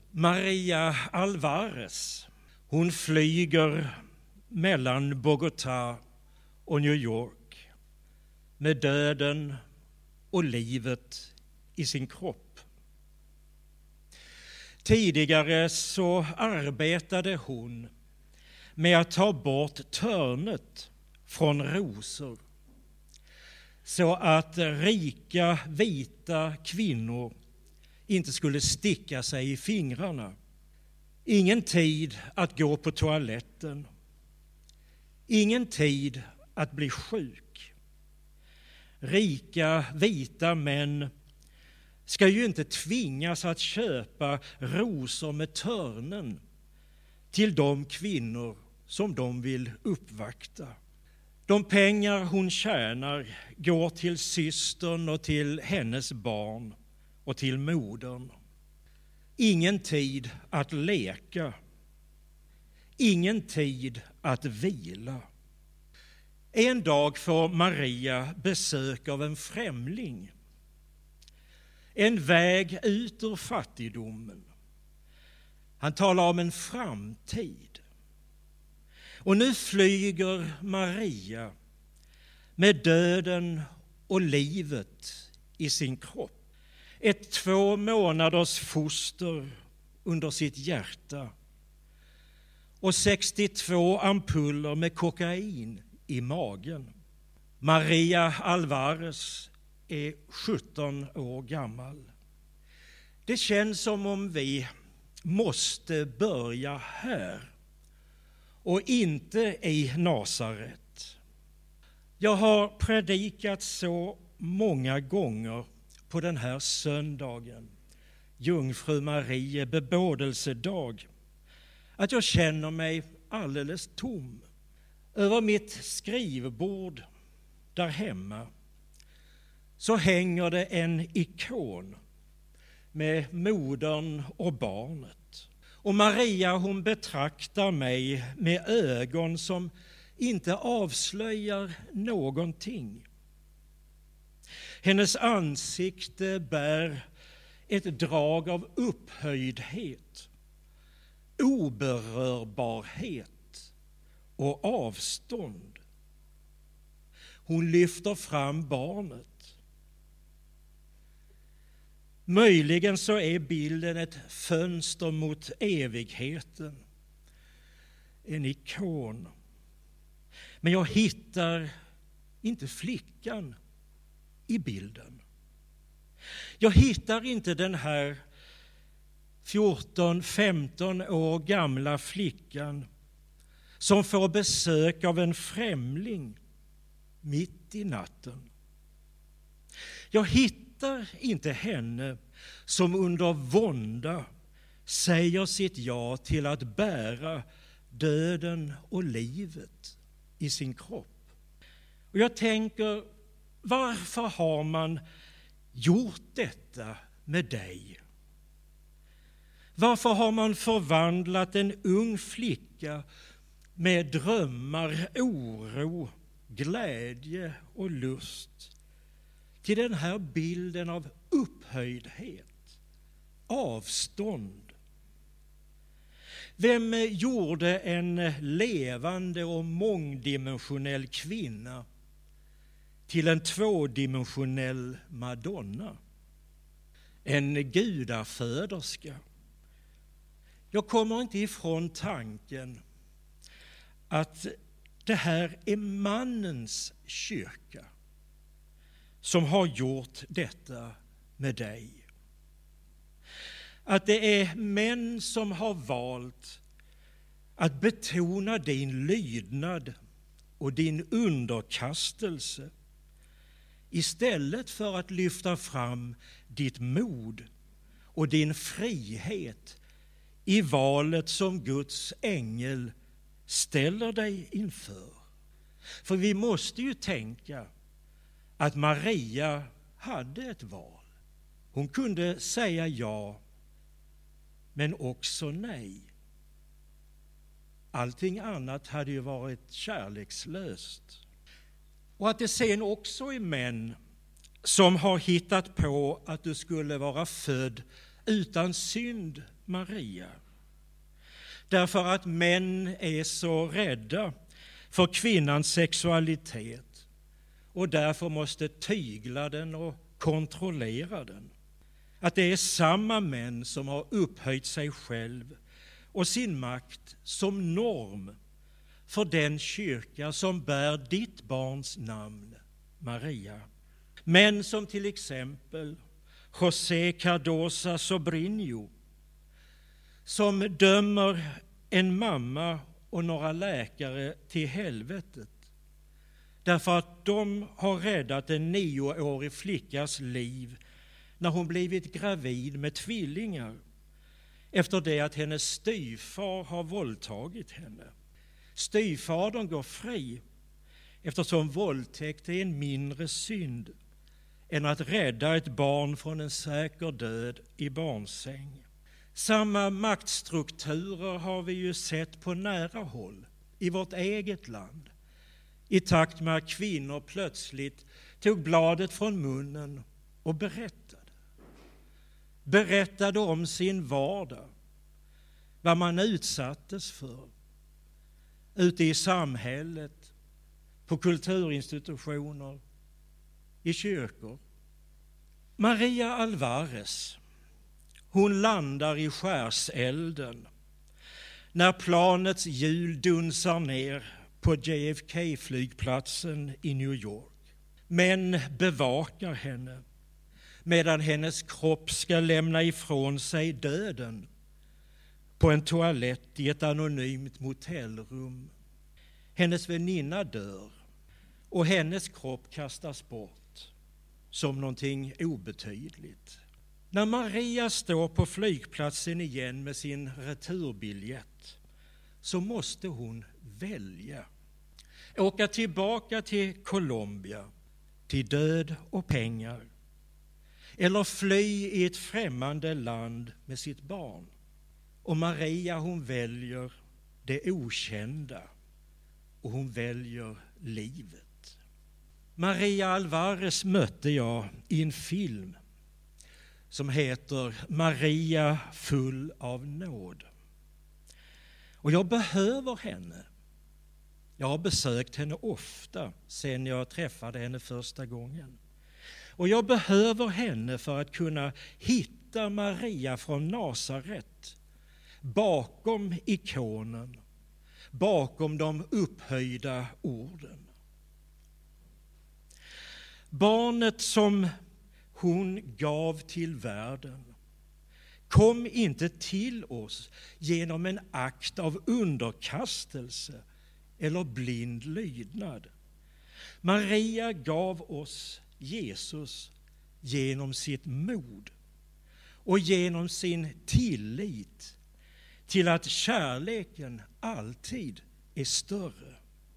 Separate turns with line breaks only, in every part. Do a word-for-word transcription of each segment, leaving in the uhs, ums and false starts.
Maria Alvarez, hon flyger mellan Bogotá och New York med döden och livet i sin kropp. Tidigare så arbetade hon med att ta bort törnet från rosor så att rika vita kvinnor inte skulle sticka sig i fingrarna. Ingen tid att gå på toaletten. Ingen tid att bli sjuk. Rika vita män ska ju inte tvingas att köpa rosor med törnen till de kvinnor som de vill uppvakta. De pengar hon tjänar går till systern och till hennes barn och till modern. Ingen tid att leka. Ingen tid att vila. En dag får Maria besök av en främling. En väg ut ur fattigdomen. Han talar om en framtid. Och nu flyger Maria med döden och livet i sin kropp. Ett två månaders foster under sitt hjärta och sextiotvå ampuller med kokain i magen. Maria Alvarez är sjutton år gammal. Det känns som om vi måste börja här och inte i Nasaret. Jag har predikat så många gånger på den här söndagen, Jungfru Marie bebådelsedag, att jag känner mig alldeles tom. Över mitt skrivbord där hemma så hänger det en ikon med modern och barnet. Och Maria, hon betraktar mig med ögon som inte avslöjar någonting. Hennes ansikte bär ett drag av upphöjdhet, oberörbarhet och avstånd. Hon lyfter fram barnet. Möjligen så är bilden ett fönster mot evigheten, en ikon. Men jag hittar inte flickan i bilden. Jag hittar inte den här fjorton femton år gamla flickan som får besök av en främling mitt i natten. Jag hittar inte henne som under vånda säger sitt ja till att bära döden och livet i sin kropp. Och jag tänker, varför har man gjort detta med dig? Varför har man förvandlat en ung flicka med drömmar, oro, glädje och lust till den här bilden av upphöjdhet, avstånd? Vem gjorde en levande och mångdimensionell kvinna till en tvådimensionell Madonna? En gudaföderska. Jag kommer inte ifrån tanken att det här är mannens kyrka som har gjort detta med dig. Att det är män som har valt att betona din lydnad och din underkastelse istället för att lyfta fram ditt mod och din frihet i valet som Guds ängel ställer dig inför. För vi måste ju tänka att Maria hade ett val. Hon kunde säga ja, men också nej. Allting annat hade ju varit kärlekslöst. Och att det sen också är män som har hittat på att du skulle vara född utan synd, Maria. Därför att män är så rädda för kvinnans sexualitet och därför måste tygla den och kontrollera den. Att det är samma män som har upphöjt sig själv och sin makt som norm för den kyrka som bär ditt barns namn, Maria. Män som till exempel José Cardosa Sobrinho, som dömer en mamma och några läkare till helvetet därför att de har räddat en nioårig flickas liv när hon blivit gravid med tvillingar efter det att hennes styvfar har våldtagit henne. Styvfadern går fri eftersom våldtäkt är en mindre synd än att rädda ett barn från en säker död i barnsäng. Samma maktstrukturer har vi ju sett på nära håll i vårt eget land i takt med att kvinnor plötsligt tog bladet från munnen och berättade. Berättade om sin vardag, vad man utsattes för ute i samhället, på kulturinstitutioner, i kyrkor. Maria Alvarez, hon landar i skärselden när planets hjul dunsar ner på J F K-flygplatsen i New York. Män bevakar henne medan hennes kropp ska lämna ifrån sig döden på en toalett i ett anonymt motellrum. Hennes väninna dör och hennes kropp kastas bort som någonting obetydligt. När Maria står på flygplatsen igen med sin returbiljett så måste hon välja. Åka tillbaka till Colombia, till död och pengar. Eller fly i ett främmande land med sitt barn. Och Maria, hon väljer det okända och hon väljer livet. Maria Alvarez mötte jag i en film som heter Maria full av nåd. Och jag behöver henne. Jag har besökt henne ofta sedan jag träffade henne första gången. Och jag behöver henne för att kunna hitta Maria från Nasaret bakom ikonen, bakom de upphöjda orden. Barnet som hon gav till världen kom inte till oss genom en akt av underkastelse eller blind lydnad. Maria gav oss Jesus genom sitt mod och genom sin tillit till att kärleken alltid är större.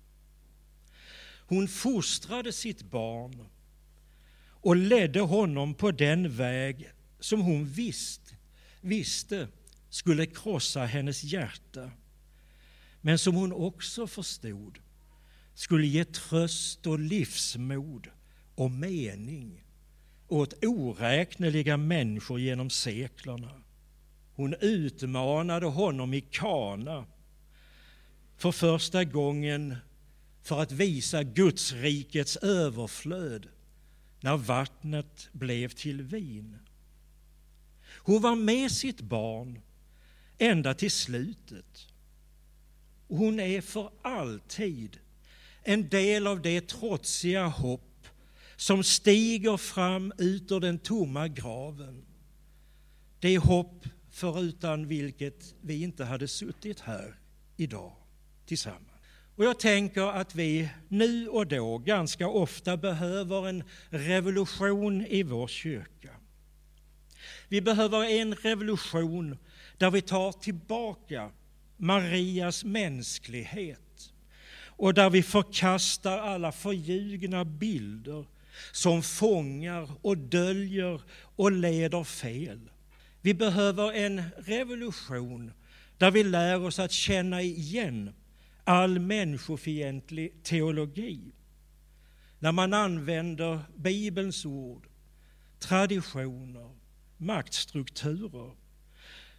Hon fostrade sitt barn och ledde honom på den väg som hon visst, visste skulle krossa hennes hjärta, men som hon också förstod skulle ge tröst och livsmod och mening åt oräkneliga människor genom seklerna. Hon utmanade honom i Kana för första gången för att visa Guds rikets överflöd när vattnet blev till vin. Hon var med sitt barn ända till slutet. Hon är för alltid en del av det trotsiga hopp som stiger fram ut ur den tomma graven. Det hopp förutan vilket vi inte hade suttit här idag tillsammans. Och jag tänker att vi nu och då ganska ofta behöver en revolution i vår kyrka. Vi behöver en revolution där vi tar tillbaka Marias mänsklighet och där vi förkastar alla förljugna bilder som fångar och döljer och leder fel. Vi behöver en revolution där vi lär oss att känna igen all människofientlig teologi. När man använder Bibelns ord, traditioner, maktstrukturer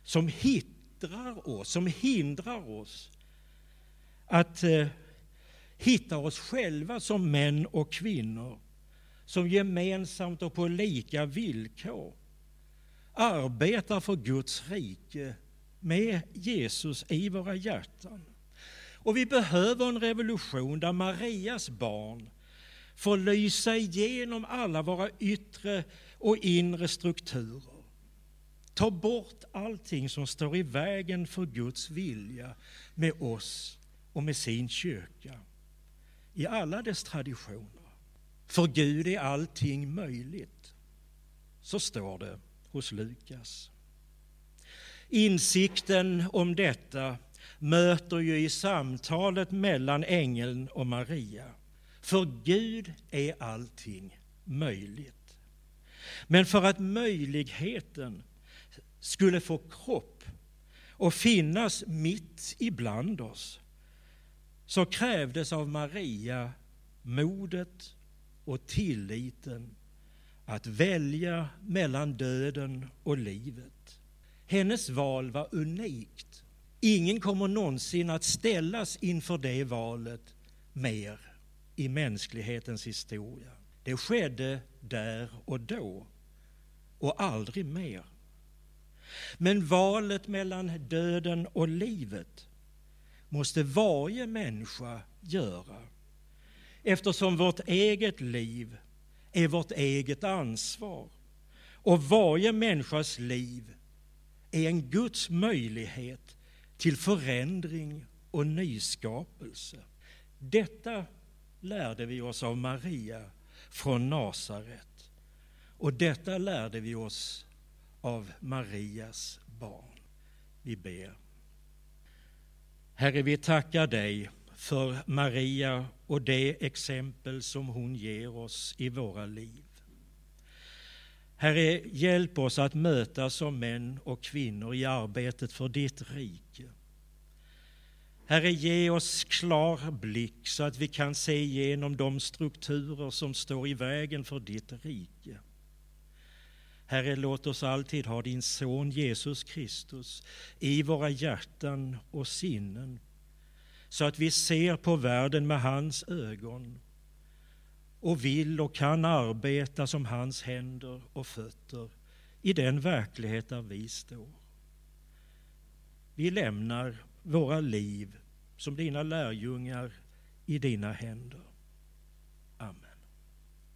som hindrar oss, som hindrar oss att eh, hitta oss själva som män och kvinnor, som gemensamt och på lika villkor arbetar för Guds rike med Jesus i våra hjärtan. Och vi behöver en revolution där Marias barn får lysa igenom alla våra yttre och inre strukturer. Ta bort allting som står i vägen för Guds vilja med oss och med sin kyrka i alla dess traditioner. För Gud är allting möjligt. Så står det hos Lukas. Insikten om detta möter ju i samtalet mellan ängeln och Maria. För Gud är allting möjligt. Men för att möjligheten skulle få kropp och finnas mitt ibland oss, så krävdes av Maria modet och tilliten att välja mellan döden och livet. Hennes val var unikt. Ingen kommer någonsin att ställas inför det valet mer i mänsklighetens historia. Det skedde där och då och aldrig mer. Men valet mellan döden och livet måste varje människa göra, eftersom vårt eget liv är vårt eget ansvar och varje människas liv är en Guds möjlighet till förändring och nyskapelse. Detta lärde vi oss av Maria från Nasaret, och detta lärde vi oss av Marias barn. Vi ber. Herre, vi tackar dig för Maria och det exempel som hon ger oss i våra liv. Herre, hjälp oss att mötas som män och kvinnor i arbetet för ditt rike. Herre, ge oss klar blick så att vi kan se igenom de strukturer som står i vägen för ditt rike. Herre, låt oss alltid ha din son Jesus Kristus i våra hjärtan och sinnen, så att vi ser på världen med hans ögon och vill och kan arbeta som hans händer och fötter i den verklighet där vi står. Vi lämnar våra liv som dina lärjungar i dina händer. Amen.